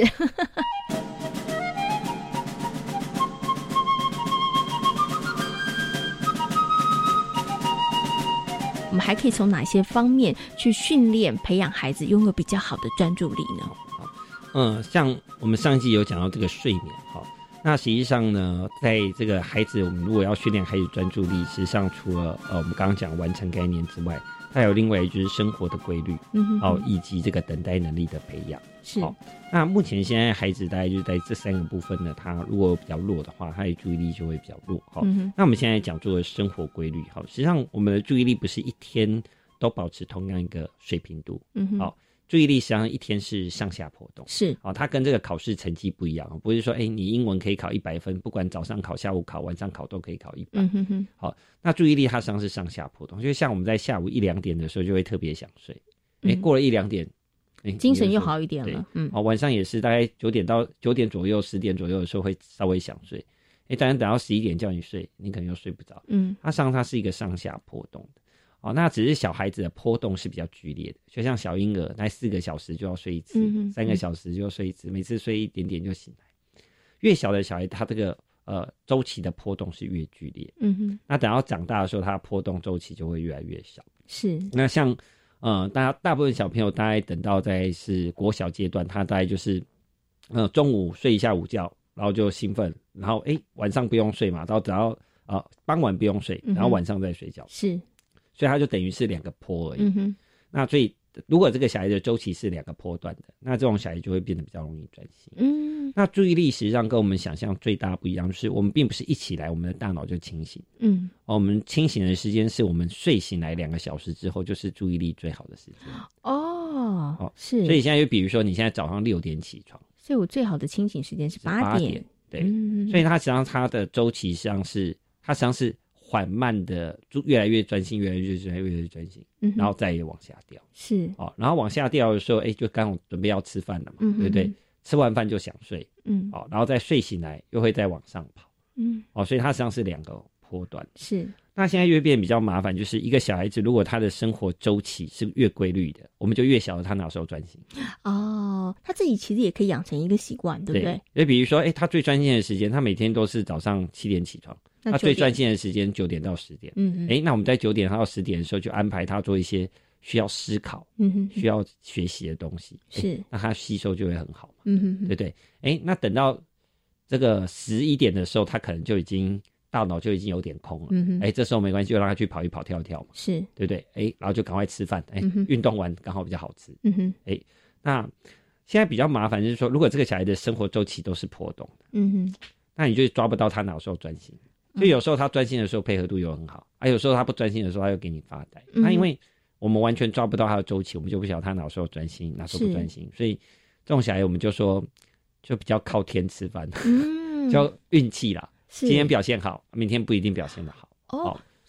我们还可以从哪些方面去训练培养孩子拥有比较好的专注力呢？
像我们上一集有讲到这个睡眠，那实际上呢，在这个孩子，我们如果要训练孩子专注力，实际上除了我们刚刚讲完成概念之外，它有另外就是生活的规律，以及这个等待能力的培养。
是。
那目前现在孩子大概就是在这3个部分呢，他如果比较弱的话，他的注意力就会比较弱。那我们现在讲做的生活规律，实际上我们的注意力不是一天都保持同样一个水平度。注意力实际上一天是上下波动，
是
它跟这个考试成绩不一样，不是说你英文可以考100分，不管早上考、下午考、晚上考都可以考100。那注意力它实际上是上下波动，就像我们在下午1-2点的时候就会特别想睡，过了1-2点，
精神又好一点了。
晚上也是大概9点左右、10点左右的时候会稍微想睡，当然等到11点叫你睡，你可能又睡不着。它实际上它是一个上下波动的。那只是小孩子的波动是比较剧烈的，就像小婴儿，那4个小时就要睡一次，3个小时就要睡一次，每次睡一点点就醒来。越小的小孩，他这个周期的波动是越剧烈。那等到长大的时候，他的波动周期就会越来越小。
是。
那像大部分小朋友大概等到在是国小阶段，他大概就是中午睡一下午觉，然后就兴奋，然后晚上不用睡嘛，到等到傍晚不用睡，然后晚上再睡觉。
是。
所以它就等于是2个波而已。那所以如果这个小孩的周期是2个波段的，那这种小孩就会变得比较容易专心。那注意力实际上跟我们想象最大不一样，就是我们并不是一起来我们的大脑就清醒。我们清醒的时间是我们睡醒来2个小时之后，就是注意力最好的时间。
是。
所以现在就比如说你现在早上6点起床，
所以我最好的清醒时间是8点。
对。所以它实际上它的周期实际上是缓慢的越来越专心，越来越专心，然后再也往下掉。
是。
然后往下掉的时候，就刚好准备要吃饭了嘛，对不对？吃完饭就想睡，然后再睡醒来又会再往上跑，所以它实际上是2个波段。
是。
那现在越变比较麻烦，就是一个小孩子如果他的生活周期是越规律的，我们就越晓得他哪时候专心。
他自己其实也可以养成一个习惯，对不对？
就比如说，他最专心的时间，他每天都是早上7点起床。他最专心的时间9点到10点。那我们在9点到10点的时候就安排他做一些需要思考、需要学习的东西，
是，
那他吸收就会很好嘛，对不对？那等到这个11点的时候，他可能就已经大脑就已经有点空了，这时候没关系，就让他去跑一跑、跳一跳嘛，
是，
对不对？然后就赶快吃饭，运动完刚好比较好吃，那现在比较麻烦就是说，如果这个小孩的生活周期都是波动的，那你就抓不到他哪时候专心。就有时候他专心的时候配合度又很好，有时候他不专心的时候他又给你发呆。那因为我们完全抓不到他的周期，我们就不晓得他哪时候专心，哪时候不专心。所以这种小孩我们就说，就比较靠天吃饭，就运气啦。今天表现好，明天不一定表现得好。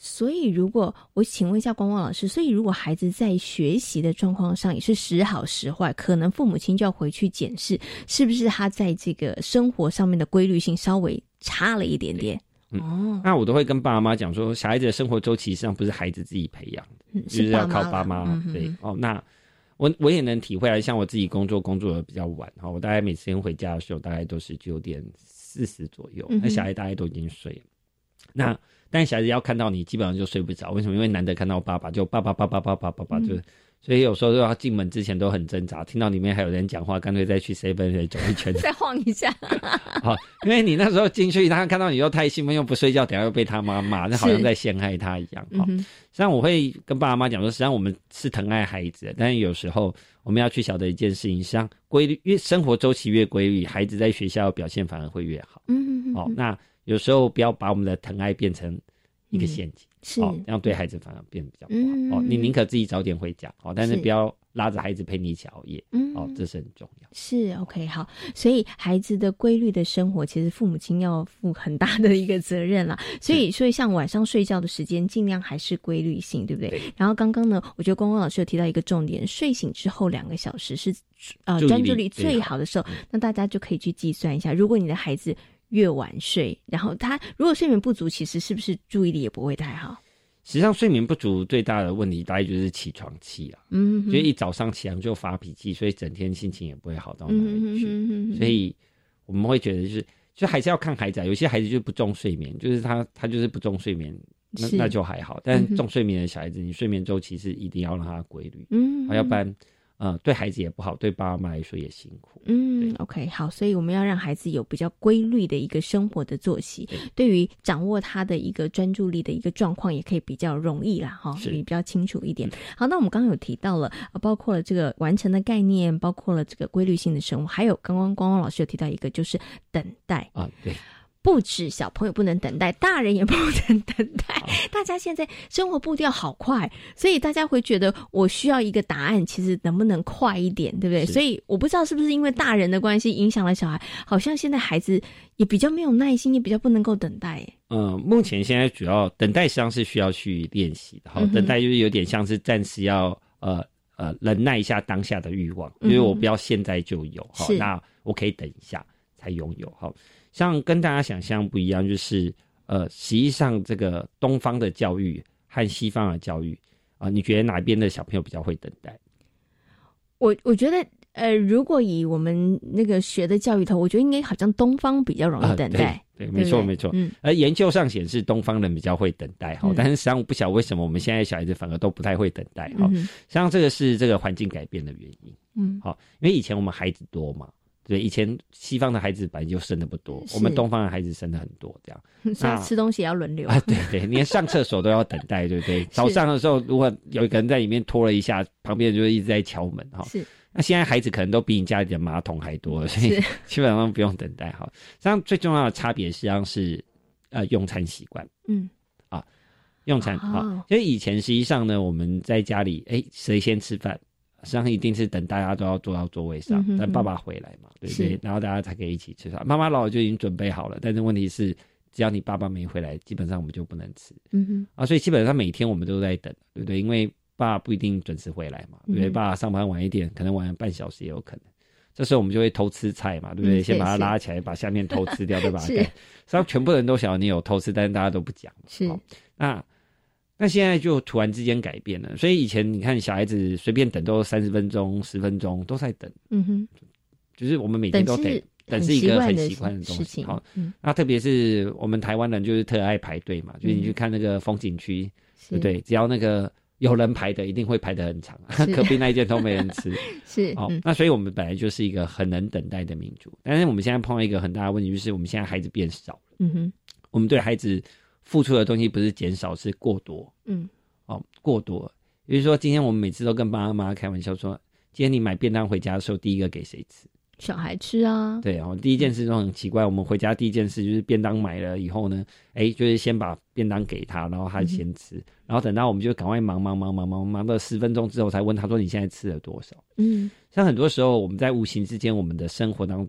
所以如果我请问一下光光老师，所以如果孩子在学习的状况上也是时好时坏，可能父母亲就要回去检视是不是他在这个生活上面的规律性稍微差了一点点。
那我都会跟爸妈讲说，小孩子的生活周期实际上不是孩子自己培养的，就是要靠爸妈。对那我也能体会啊，像我自己工作的比较晚，我大概每次回家的时候大概都是9点40左右，那小孩大概都已经睡了。那但小孩子要看到你基本上就睡不着，为什么？因为难得看到爸爸，就爸爸就所以有时候要进门之前都很挣扎，听到里面还有人讲话，干脆再去 7 走一圈，
再晃一下。
好，因为你那时候进去，他看到你又太兴奋又不睡觉，等下又被他妈骂，那好像在陷害他一样。实际上我会跟爸妈讲说，实际上我们是疼爱孩子的，但是有时候我们要去晓得一件事情，实际上规律越生活周期越规律，孩子在学校表现反而会越好。那有时候不要把我们的疼爱变成一个陷阱，这样对孩子反而变比较不好。你宁可自己早点回家，但是不要拉着孩子陪你一起熬夜。这是很重要。
是 OK 好，所以孩子的规律的生活，其实父母亲要负很大的一个责任啦。所以像晚上睡觉的时间，尽量还是规律性，对不对？对。然后刚刚呢，我觉得光光老师有提到一个重点，睡醒之后2个小时是专注力最好的时候，那大家就可以去计算一下，如果你的孩子越晚睡，然后他如果睡眠不足，其实是不是注意力也不会太好？
实际上睡眠不足最大的问题大概就是起床气啦，就一早上起来就发脾气，所以整天心情也不会好到哪里去。所以我们会觉得就还是要看孩子，有些孩子就不重睡眠，就是他就是不重睡眠，那就还好。但重睡眠的小孩子，你睡眠周期是一定要让他规律，要不然对孩子也不好，对爸妈来说也辛苦。
OK 好，所以我们要让孩子有比较规律的一个生活的作息，对于掌握他的一个专注力的一个状况也可以比较容易啦，比较清楚一点。好，那我们刚刚有提到了包括了这个完成的概念，包括了这个规律性的生活，还有刚刚光光老师有提到一个就是等待对，不止小朋友不能等待，大人也不能等待。大家现在生活步调好快，所以大家会觉得我需要一个答案，其实能不能快一点，对不对？所以我不知道是不是因为大人的关系影响了小孩，好像现在孩子也比较没有耐心，也比较不能够等待。
目前现在主要等待实际上是需要去练习的。等待就是有点像是暂时要忍耐一下当下的欲望，因为我不要现在就有，那我可以等一下才拥有。像跟大家想象不一样，就是实际上这个东方的教育和西方的教育你觉得哪边的小朋友比较会等待？
我觉得如果以我们那个学的教育头，我觉得应该好像东方比较容易等待。
对，没错没错。而研究上显示东方人比较会等待，但是实际上不晓得为什么我们现在小孩子反而都不太会等待。实际上这个是这个环境改变的原因。因为以前我们孩子多嘛。对，以前西方的孩子本来就生的不多，我们东方的孩子生的很多，这样。
所以吃东西也要轮流
对，连上厕所都要等待，对不对？早上的时候，如果有一个人在里面拖了一下，旁边就会一直在敲门是。那现在孩子可能都比你家里的马桶还多，所以基本上不用等待。实际上最重要的差别实际上是用餐习惯。用餐因为以前实际上呢，我们在家里谁先吃饭？实际上一定是等大家都要坐到座位上，等爸爸回来嘛，对不对？然后大家才可以一起吃饭。妈妈老就已经准备好了，但是问题是，只要你爸爸没回来，基本上我们就不能吃。所以基本上每天我们都在等，对不对？因为爸爸不一定准时回来嘛，对不对？爸爸上班晚一点，可能晚半小时也有可能。这时候我们就会偷吃菜嘛，对不对？先把它拉起来，把下面偷吃掉，对吧？实际上全部人都晓得你有偷吃，但是大家都不讲。那现在就突然之间改变了，所以以前你看小孩子随便等都30分钟、10分钟都在等，就是我们每天都等是一个很习惯的东西。那特别是我们台湾人就是特爱排队嘛，就是你去看那个风景区，对不对？只要那个有人排的，一定会排得很长，隔壁那一间都没人吃。那所以我们本来就是一个很能等待的民族，但是我们现在碰到一个很大的问题，就是我们现在孩子变少了。我们对孩子付出的东西不是减少，是过多。过多。也就是说，今天我们每次都跟爸妈开玩笑说，今天你买便当回家的时候，第一个给谁吃？
小孩吃啊。
对，第一件事都很奇怪，我们回家第一件事就是便当买了以后呢，就是先把便当给他，然后他先吃，然后等到我们就赶快忙到10分钟之后才问他说你现在吃了多少。像很多时候我们在无形之间，我们的生活当中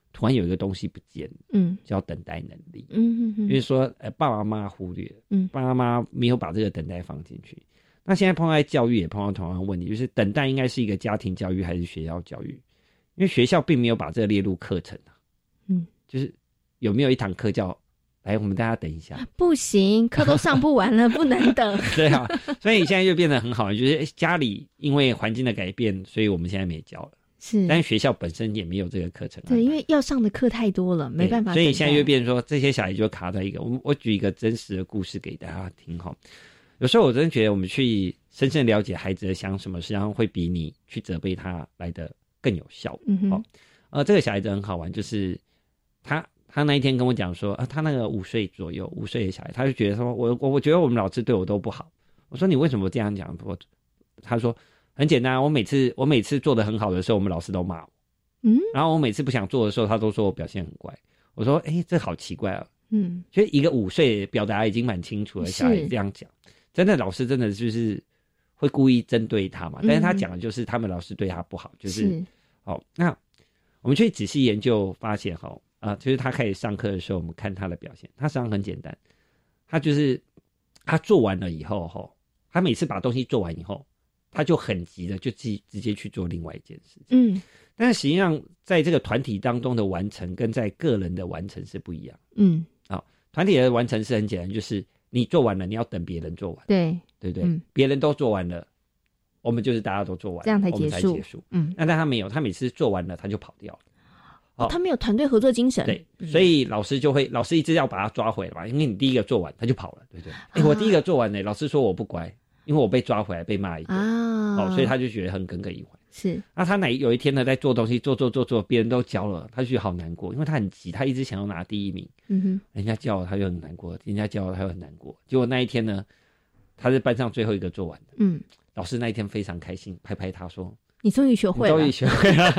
突然有一个东西不见了，叫等待能力，就是说爸爸妈妈忽略了，爸爸妈妈没有把这个等待放进去。那现在碰到教育也碰到同样的问题，就是等待应该是一个家庭教育还是学校教育？因为学校并没有把这个列入课程啊，就是有没有一堂课叫来我们大家等一下？
不行，课都上不完了，不能等。
对啊，所以现在就变得很好，就是家里因为环境的改变，所以我们现在没教了。
是，
但学校本身也没有这个课程。
对，因为要上的课太多了，没办法。
所以现在就变成说，这些小孩就卡在一个。我举一个真实的故事给大家听哈。有时候我真的觉得，我们去深深了解孩子的想什么，实际上会比你去责备他来的更有效。这个小孩子很好玩，就是他那一天跟我讲说，他那个5岁左右，5岁的小孩，他就觉得说，我觉得我们老师对我都不好。我说你为什么这样讲？他说很简单，我每次做得很好的时候，我们老师都骂我。然后我每次不想做的时候，他都说我表现很乖。我说，这好奇怪啊。所以一个5岁表达已经蛮清楚了，小孩这样讲，真的老师真的就是会故意针对他嘛？但是他讲的就是他们老师对他不好，就是那我们去仔细研究发现就是他开始上课的时候，我们看他的表现，他实际上很简单，他就是他做完了以后他每次把东西做完以后，他就很急的就直接去做另外一件事情。但是实际上在这个团体当中的完成跟在个人的完成是不一样。团体的完成是很简单，就是你做完了，你要等别人做完，对不对？别人都做完了，我们就是大家都做完了，
这样才
结束。那但他没有，他每次做完了他就跑掉了。
他没有团队合作精神。
对，所以老师一直要把他抓回来嘛，因为你第一个做完他就跑了，对不对？我第一个做完老师说我不乖，因为我被抓回来被骂一顿所以他就觉得很耿耿于怀。
是，
那他有一天呢，在做东西做，别人都教了，他就觉得好难过，因为他很急，他一直想要拿第一名。人家叫了他就很难过，人家叫了他又很难过。结果那一天呢，他是班上最后一个做完的。老师那一天非常开心，拍拍他说：“你终于学会了。”终于学会了。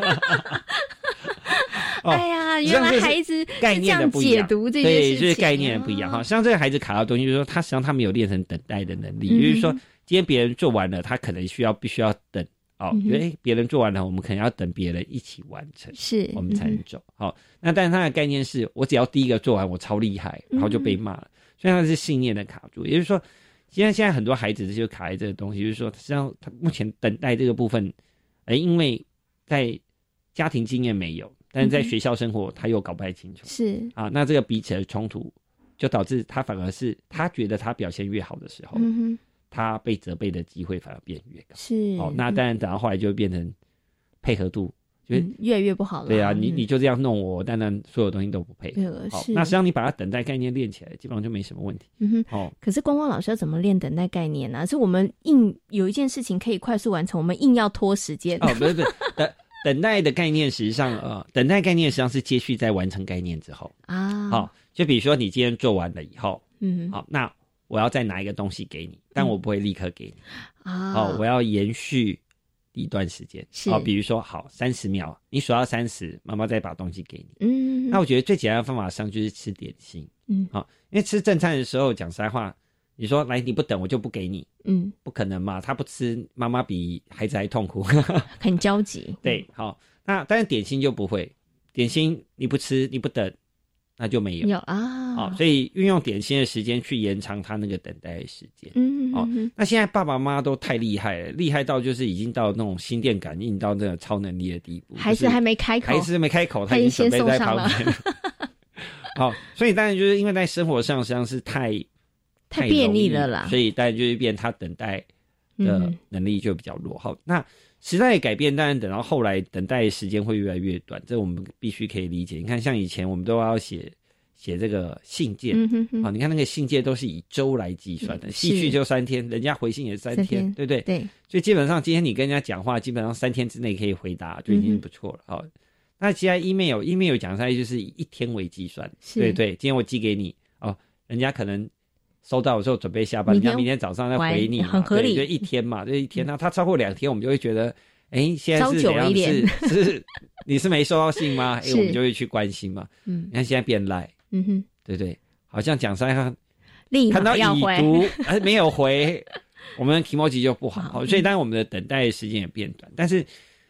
哎呀，原来孩子
概念的不一样，
解读这件事情，
对，就是概念的不一样像这个孩子卡到东西，就是说他实际上他没有练成等待的能力，就是说今天别人做完了，他可能必须要等。别人做完了，我们可能要等别人一起完成，是我们才能走。那但是他的概念是我只要第一个做完，我超厉害，然后就被骂了，所以他是信念的卡住。也就是说，现在很多孩子就卡在这个东西，就是说，实际上他目前等待这个部分，因为在家庭经验没有，但是在学校生活他又搞不太清楚，是那这个彼此的冲突，就导致他反而是他觉得他表现越好的时候。他被责备的机会反而变越高，是那当然等到后来就变成配合度就是
越来越不好了。
对啊，你就这样弄我，当然所有东西都不配合。那实际上你把它等待概念练起来，基本上就没什么问题。
可是光光老师要怎么练等待概念呢？是我们有一件事情可以快速完成，我们硬要拖时间。
不是等待的概念，实际上等待概念实际上是接续在完成概念之后就比如说你今天做完了以后，那我要再拿一个东西给你，但我不会立刻给你。我要延续一段时间。比如说好30秒，你数到30，妈妈再把东西给你。那我觉得最简单的方法上就是吃点心。因为吃正餐的时候，讲实在话，你说来你不等我就不给你，不可能嘛，他不吃，妈妈比孩子还痛苦，
很焦急。
对，那但是点心就不会，点心你不吃你不等。那就没有所以运用点心的时间去延长他那个等待的时间。那现在爸爸妈妈都太厉害了，厉害到就是已经到那种心电感应到那个超能力的地步。
孩子还没开口，
他已经准备在旁边。所以当然就是因为在生活上实际上是太
便利了啦，
所以当然就是变他等待的能力就比较弱。那时代的改变，当然等到后来等待的时间会越来越短，这我们必须可以理解。你看像以前我们都要写这个信件，你看那个信件都是以周来计算的，寄去就3天，人家回信也3天，对不对？对，所以基本上今天你跟人家讲话，基本上3天之内可以回答就已经不错了。那其他 email 讲出来就是以1天为计算，对对，今天我寄给你人家可能收到的时候准备下班，人家明天早上再回你，
很合理，
就1天嘛，就1天。那他超过2天，我们就会觉得，现在是怎样？是你是没收到信吗？我们就会去关心嘛。你看现在变赖，对不对？好像讲3看到已读没有回，我们的 kimoji 就不好。所以当然我们的等待的时间也变短，但是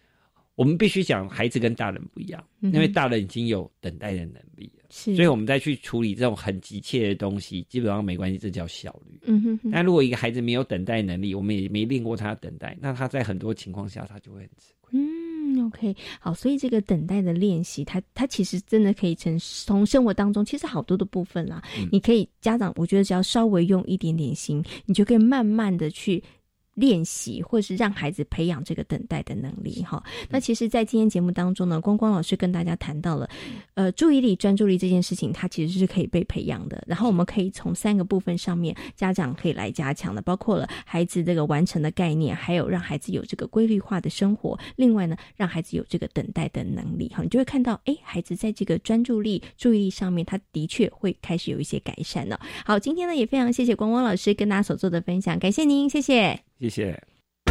我们必须讲孩子跟大人不一样，因为大人已经有等待的能力了，所以我们再去处理这种很急切的东西基本上没关系，这叫效率。但如果一个孩子没有等待能力，我们也没练过他等待，那他在很多情况下他就会很吃亏。
OK， 好，所以这个等待的练习，它其实真的可以从生活当中，其实好多的部分啦，你可以家长，我觉得只要稍微用一点点心，你就可以慢慢的去练习，或者是让孩子培养这个等待的能力哈。那其实在今天节目当中呢，光光老师跟大家谈到了注意力专注力这件事情，它其实是可以被培养的，然后我们可以从3个部分上面家长可以来加强的，包括了孩子这个完成的概念，还有让孩子有这个规律化的生活，另外呢让孩子有这个等待的能力哈，你就会看到孩子在这个专注力注意力上面他的确会开始有一些改善了。好，今天呢也非常谢谢光光老师跟大家所做的分享，感谢您，谢谢。
谢谢。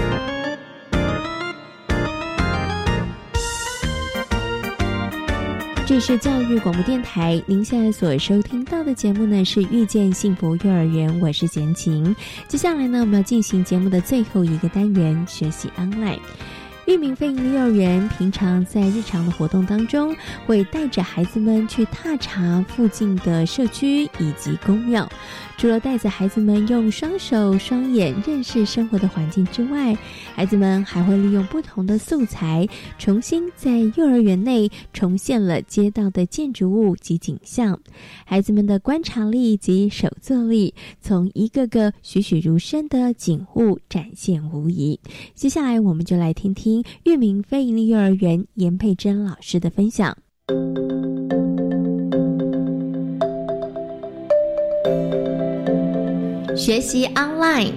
这是教育广播电台，您现在所收听到的节目呢是遇见幸福幼儿园，我是贤琴。接下来呢我们要进行节目的最后一个单元，学习 online。育民非营利幼儿园平常在日常的活动当中，会带着孩子们去踏查附近的社区以及公庙。除了带着孩子们用双手双眼认识生活的环境之外，孩子们还会利用不同的素材，重新在幼儿园内重现了街道的建筑物及景象。孩子们的观察力及手作力，从一个个栩栩如生的景物展现无遗。接下来我们就来听听育民非营利幼儿园严佩珍老师的分享。
学习 online。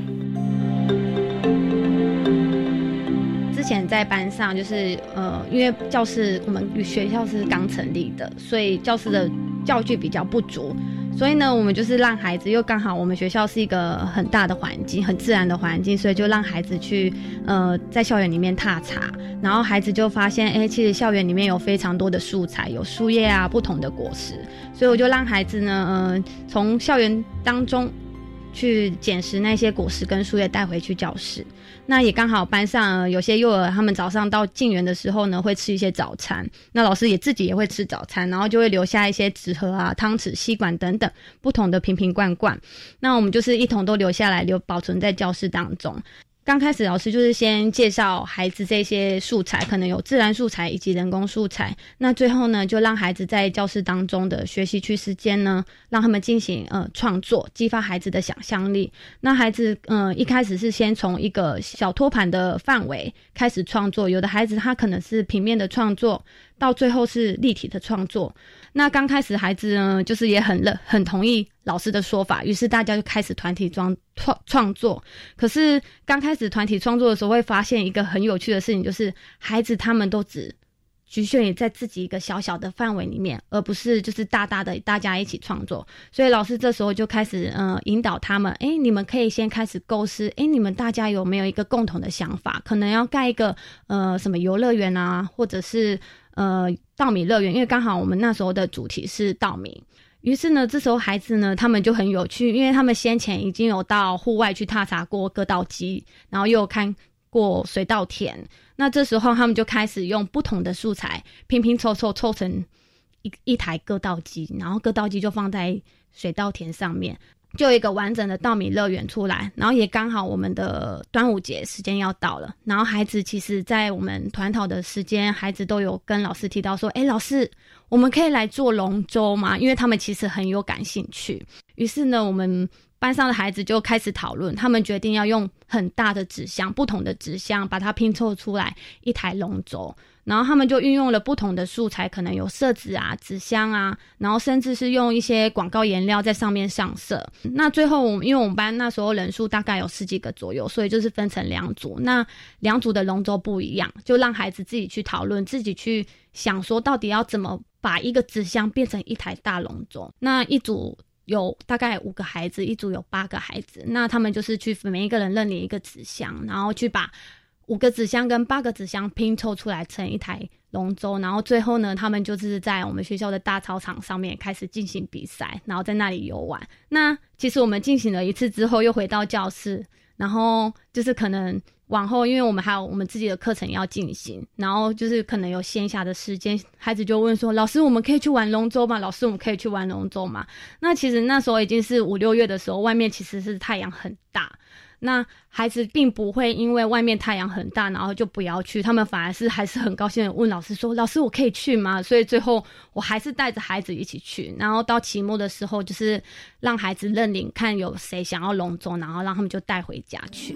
之前在班上就是因为教室我们学校是刚成立的，所以教室的教具比较不足，所以呢我们就是让孩子，又刚好我们学校是一个很大的环境，很自然的环境，所以就让孩子去在校园里面踏查，然后孩子就发现其实校园里面有非常多的素材，有树叶啊，不同的果实，所以我就让孩子呢从校园当中去捡拾那些果实跟树叶带回去教室。那也刚好班上有些幼儿他们早上到进园的时候呢会吃一些早餐，那老师自己也会吃早餐，然后就会留下一些纸盒啊、汤匙、吸管等等不同的瓶瓶罐罐，那我们就是一同都留下来，保存在教室当中。刚开始老师就是先介绍孩子这些素材，可能有自然素材以及人工素材，那最后呢就让孩子在教室当中的学习区时间呢，让他们进行创作，激发孩子的想象力。那孩子一开始是先从一个小托盘的范围开始创作，有的孩子他可能是平面的创作，到最后是立体的创作。那刚开始孩子呢就是也很同意老师的说法，于是大家就开始团体创作。可是刚开始团体创作的时候会发现一个很有趣的事情，就是孩子他们都只局限于在自己一个小小的范围里面，而不是就是大大的大家一起创作。所以老师这时候就开始引导他们，你们可以先开始构思，你们大家有没有一个共同的想法，可能要盖一个什么游乐园啊，或者是稻米乐园，因为刚好我们那时候的主题是稻米。于是呢这时候孩子呢他们就很有趣，因为他们先前已经有到户外去踏查过割稻机，然后又有看过水稻田，那这时候他们就开始用不同的素材拼拼凑成一台割稻机，然后割稻机就放在水稻田上面，就有一个完整的稻米乐园出来。然后也刚好我们的端午节时间要到了，然后孩子其实在我们团讨的时间，孩子都有跟老师提到说，老师我们可以来做龙舟吗？因为他们其实很有感兴趣。于是呢我们班上的孩子就开始讨论，他们决定要用很大的纸箱，不同的纸箱把它拼凑出来一台龙舟。然后他们就运用了不同的素材，可能有色纸啊、纸箱啊，然后甚至是用一些广告颜料在上面上色。那最后因为我们班那时候人数大概有10几个左右，所以就是分成2组，那2组的龙舟不一样，就让孩子自己去讨论，自己去想说到底要怎么把一个纸箱变成一台大龙舟。那一组有大概5个孩子，一组有8个孩子，那他们就是去每一个人认领一个纸箱，然后去把5个纸箱跟8个纸箱拼凑出来成一台龙舟，然后最后呢他们就是在我们学校的大操场上面开始进行比赛，然后在那里游玩。那其实我们进行了一次之后又回到教室，然后就是可能往后，因为我们还有我们自己的课程要进行，然后就是可能有闲暇的时间，孩子就问说：“老师，我们可以去玩龙舟吗？老师，我们可以去玩龙舟吗？”那其实那时候已经是5、6月的时候，外面其实是太阳很大。那孩子并不会因为外面太阳很大，然后就不要去，他们反而是还是很高兴的问老师说：“老师，我可以去吗？”所以最后我还是带着孩子一起去，然后到期末的时候，就是让孩子认领，看有谁想要龙舟，然后让他们就带回家去。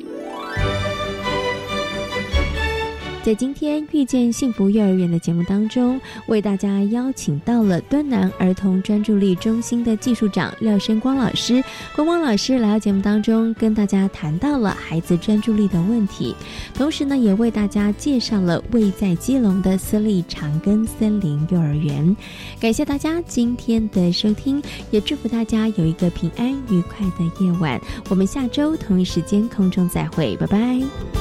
在今天遇见幸福幼儿园的节目当中，为大家邀请到了敦南儿童专注力中心的技术长廖生光老师。光老师来到节目当中，跟大家谈到了孩子专注力的问题，同时呢，也为大家介绍了位在基隆的私立长庚森林幼儿园。感谢大家今天的收听，也祝福大家有一个平安愉快的夜晚。我们下周同一时间空中再会，拜拜。